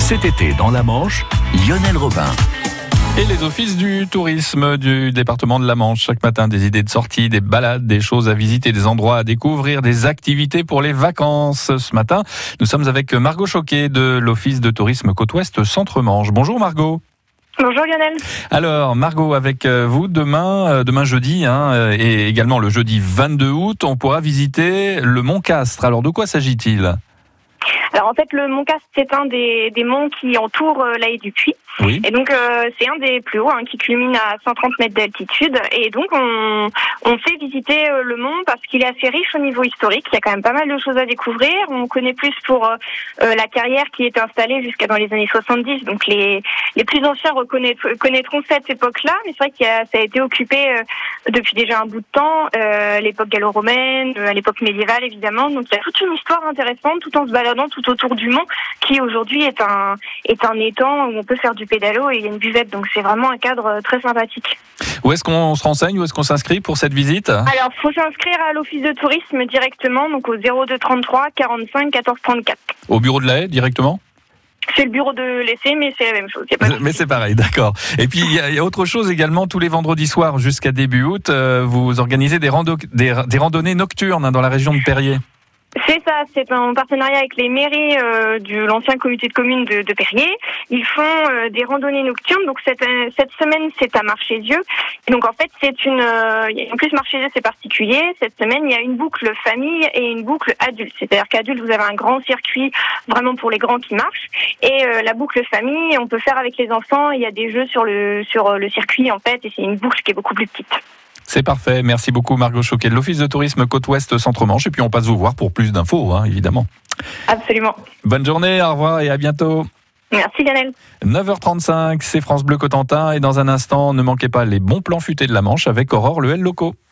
Cet été, dans la Manche, Lionel Robin. Et les offices du tourisme du département de la Manche. Chaque matin, des idées de sortie, des balades, des choses à visiter, des endroits à découvrir, des activités pour les vacances. Ce matin, nous sommes avec Margot Choquet de l'Office de tourisme Côte-Ouest Centre-Manche. Bonjour Margot. Bonjour Lionel. Alors Margot, avec vous, demain jeudi, et également le jeudi 22 août, on pourra visiter le Mont Castres. Alors de quoi s'agit-il ? Alors en fait, le Mont Castres, c'est un des monts qui entoure la haie du Puy. Oui. Et donc c'est un des plus hauts, qui culmine à 130 mètres d'altitude. Et donc on fait visiter le mont parce qu'il est assez riche au niveau historique. Il y a quand même pas mal de choses à découvrir. On connaît plus pour la carrière qui est installée jusqu'à dans les années 70. Donc les plus anciens connaîtront cette époque-là. Mais c'est vrai que ça a été occupé depuis déjà un bout de temps, l'époque gallo-romaine, à l'époque médiévale évidemment. Donc il y a toute une histoire intéressante tout en se baladant tout autour du mont qui aujourd'hui est un étang où on peut faire du pédalo et il y a une buvette. Donc c'est vraiment un cadre très sympathique. Où est-ce qu'on se renseigne, où est-ce qu'on s'inscrit pour cette visite ? Alors, il faut s'inscrire à l'office de tourisme directement, donc au 02 33 45 14 34. Au bureau de la haie directement ? C'est le bureau de l'essai, mais c'est la même chose. Mais c'est pareil, d'accord. Et puis il y a autre chose également, tous les vendredis soirs jusqu'à début août, vous organisez des randonnées nocturnes dans la région de Périers. C'est ça, c'est en partenariat avec les mairies de l'ancien comité de communes de Périers. Ils font des randonnées nocturnes. Donc cette semaine, c'est à Marchésieux. Et donc en fait, en plus Marchésieux, c'est particulier. Cette semaine, il y a une boucle famille et une boucle adulte. C'est-à-dire qu'adulte, vous avez un grand circuit vraiment pour les grands qui marchent. Et la boucle famille, on peut faire avec les enfants. Il y a des jeux sur le circuit en fait, et c'est une boucle qui est beaucoup plus petite. C'est parfait. Merci beaucoup Margot Choquet de l'Office de tourisme Côte-Ouest Centre-Manche. Et puis on passe vous voir pour plus d'infos, évidemment. Absolument. Bonne journée, au revoir et à bientôt. Merci Lionel. 9h35, c'est France Bleu Cotentin. Et dans un instant, ne manquez pas les bons plans futés de la Manche avec Aurore Lehel Loco.